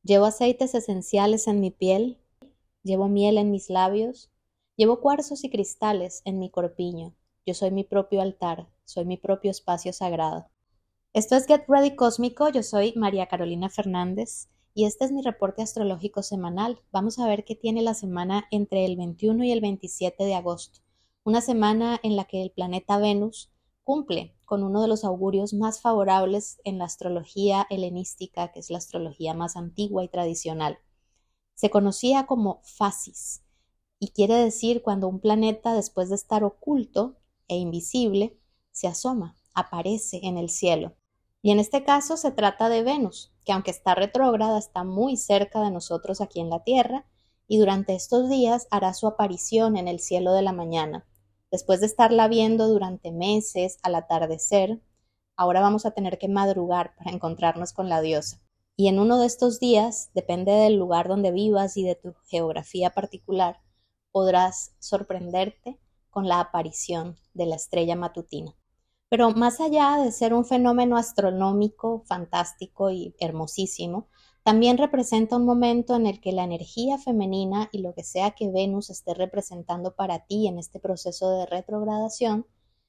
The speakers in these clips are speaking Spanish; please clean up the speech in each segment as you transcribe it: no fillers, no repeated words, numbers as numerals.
Llevo aceites esenciales en mi piel, llevo miel en mis labios, llevo cuarzos y cristales en mi corpiño. Yo soy mi propio altar, soy mi propio espacio sagrado. Esto es Get Ready Cósmico, yo soy María Carolina Fernández y este es mi reporte astrológico semanal. Vamos a ver qué tiene la semana entre el 21 y el 27 de agosto, una semana en la que el planeta Venus cumple con uno de los augurios más favorables en la astrología helenística, que es la astrología más antigua y tradicional. Se conocía como fasis y quiere decir cuando un planeta, después de estar oculto e invisible, se asoma, aparece en el cielo. Y en este caso se trata de Venus, que aunque está retrógrada, está muy cerca de nosotros aquí en la Tierra y durante estos días hará su aparición en el cielo de la mañana. Después de estarla viendo durante meses al atardecer, ahora vamos a tener que madrugar para encontrarnos con la diosa. Y en uno de estos días, depende del lugar donde vivas y de tu geografía particular, podrás sorprenderte con la aparición de la estrella matutina. Pero más allá de ser un fenómeno astronómico, fantástico y hermosísimo, también representa un momento en el que la energía femenina y lo que sea que Venus esté representando para ti en este proceso de retrogradación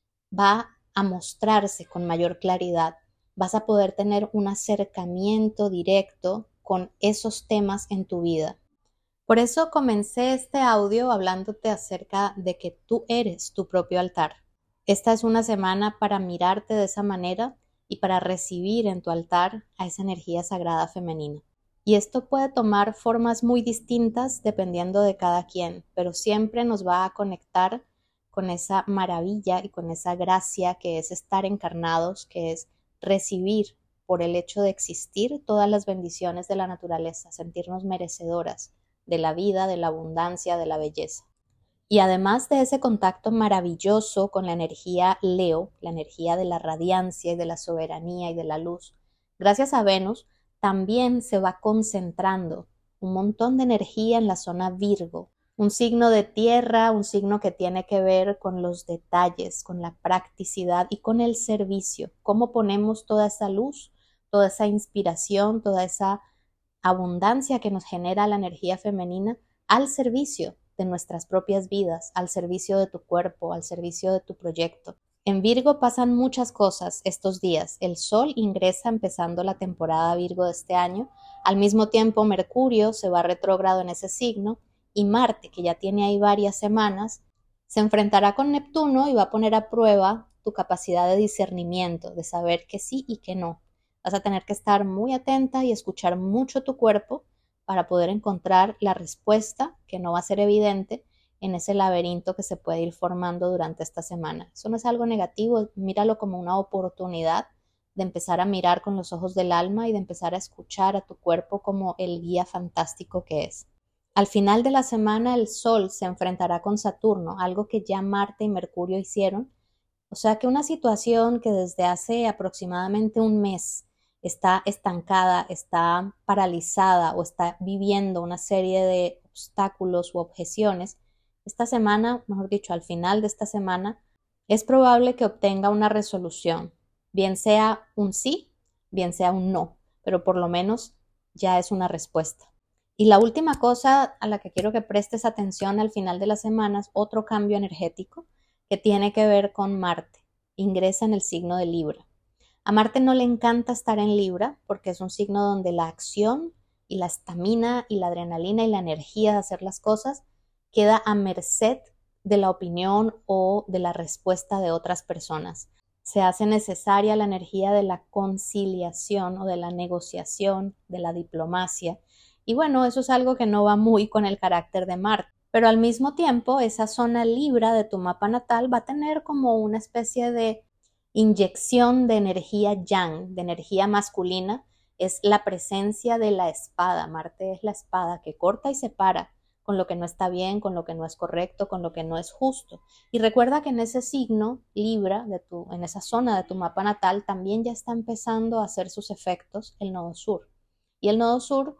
va a mostrarse con mayor claridad. Vas a poder tener un acercamiento directo con esos temas en tu vida. Por eso comencé este audio hablándote acerca de que tú eres tu propio altar. Esta es una semana para mirarte de esa manera y para recibir en tu altar a esa energía sagrada femenina. Y esto puede tomar formas muy distintas dependiendo de cada quien, pero siempre nos va a conectar con esa maravilla y con esa gracia que es estar encarnados, que es recibir por el hecho de existir todas las bendiciones de la naturaleza, sentirnos merecedoras de la vida, de la abundancia, de la belleza. Y además de ese contacto maravilloso con la energía Leo, la energía de la radiancia y de la soberanía y de la luz, gracias a Venus también se va concentrando un montón de energía en la zona Virgo, un signo de tierra, un signo que tiene que ver con los detalles, con la practicidad y con el servicio, cómo ponemos toda esa luz, toda esa inspiración, toda esa abundancia que nos genera la energía femenina al servicio de nuestras propias vidas, al servicio de tu cuerpo, al servicio de tu proyecto. En Virgo pasan muchas cosas estos días. El Sol ingresa empezando la temporada Virgo de este año. Al mismo tiempo, Mercurio se va retrógrado en ese signo y Marte, que ya tiene ahí varias semanas, se enfrentará con Neptuno y va a poner a prueba tu capacidad de discernimiento, de saber que sí y que no. Vas a tener que estar muy atenta y escuchar mucho tu cuerpo para poder encontrar la respuesta, que no va a ser evidente, en ese laberinto que se puede ir formando durante esta semana. Eso no es algo negativo, míralo como una oportunidad de empezar a mirar con los ojos del alma y de empezar a escuchar a tu cuerpo como el guía fantástico que es. Al final de la semana el Sol se enfrentará con Saturno, algo que ya Marte y Mercurio hicieron. O sea que una situación que desde hace aproximadamente un mes está estancada, está paralizada o está viviendo una serie de obstáculos u objeciones, esta semana, mejor dicho, al final de esta semana, es probable que obtenga una resolución, bien sea un sí, bien sea un no, pero por lo menos ya es una respuesta. Y la última cosa a la que quiero que prestes atención al final de las semanas, otro cambio energético que tiene que ver con Marte. Ingresa en el signo de Libra. A Marte no le encanta estar en Libra porque es un signo donde la acción y la estamina y la adrenalina y la energía de hacer las cosas queda a merced de la opinión o de la respuesta de otras personas. Se hace necesaria la energía de la conciliación o de la negociación, de la diplomacia. Y bueno, eso es algo que no va muy con el carácter de Marte. Pero al mismo tiempo, esa zona Libra de tu mapa natal va a tener como una especie de inyección de energía yang, de energía masculina. Es la presencia de la espada. Marte es la espada que corta y separa con lo que no está bien, con lo que no es correcto, con lo que no es justo. Y recuerda que en ese signo Libra, en esa zona de tu mapa natal, también ya está empezando a hacer sus efectos el nodo sur. Y el nodo sur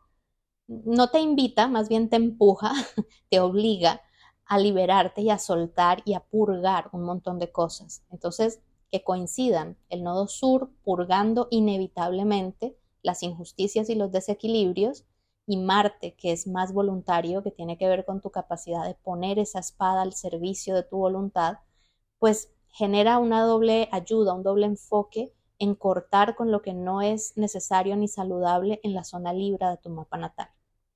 no te invita, más bien te empuja, te obliga a liberarte y a soltar y a purgar un montón de cosas. Entonces, que coincidan el nodo sur purgando inevitablemente las injusticias y los desequilibrios y Marte, que es más voluntario, que tiene que ver con tu capacidad de poner esa espada al servicio de tu voluntad, pues genera una doble ayuda, un doble enfoque en cortar con lo que no es necesario ni saludable en la zona Libra de tu mapa natal.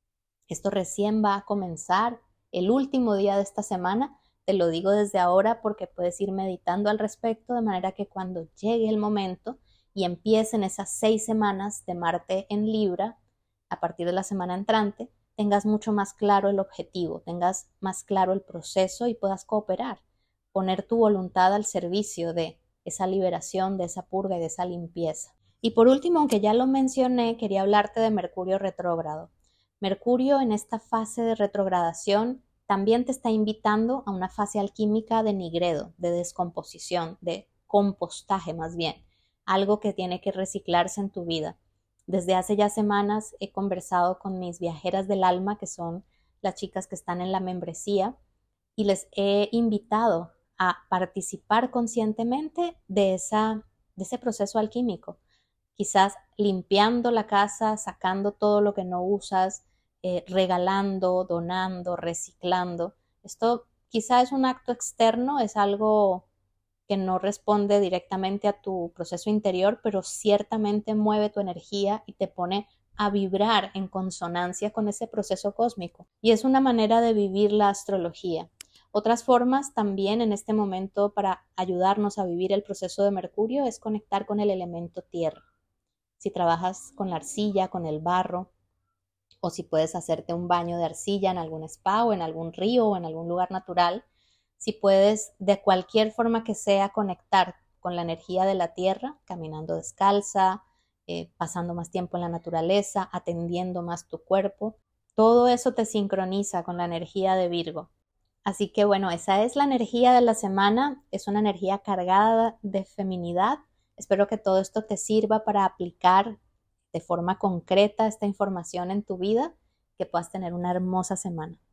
Esto recién va a comenzar el último día de esta semana. Te lo digo desde ahora porque puedes ir meditando al respecto, de manera que cuando llegue el momento y empiecen esas 6 semanas de Marte en Libra, a partir de la semana entrante, tengas mucho más claro el objetivo, tengas más claro el proceso y puedas cooperar, poner tu voluntad al servicio de esa liberación, de esa purga y de esa limpieza. Y por último, aunque ya lo mencioné, quería hablarte de Mercurio retrógrado. Mercurio en esta fase de retrogradación también te está invitando a una fase alquímica de nigredo, de descomposición, de compostaje más bien, algo que tiene que reciclarse en tu vida. Desde hace ya semanas he conversado con mis viajeras del alma, que son las chicas que están en la membresía, y les he invitado a participar conscientemente de ese proceso alquímico. Quizás limpiando la casa, sacando todo lo que no usas, regalando, donando, reciclando. Esto quizás es un acto externo, es algo que no responde directamente a tu proceso interior, pero ciertamente mueve tu energía y te pone a vibrar en consonancia con ese proceso cósmico. Y es una manera de vivir la astrología. Otras formas también en este momento para ayudarnos a vivir el proceso de Mercurio es conectar con el elemento tierra. Si trabajas con la arcilla, con el barro, o si puedes hacerte un baño de arcilla en algún spa o en algún río o en algún lugar natural, si puedes de cualquier forma que sea conectar con la energía de la tierra, caminando descalza, pasando más tiempo en la naturaleza, atendiendo más tu cuerpo, todo eso te sincroniza con la energía de Virgo. Así que bueno, esa es la energía de la semana, es una energía cargada de feminidad. Espero que todo esto te sirva para aplicar de forma concreta esta información en tu vida, que puedas tener una hermosa semana.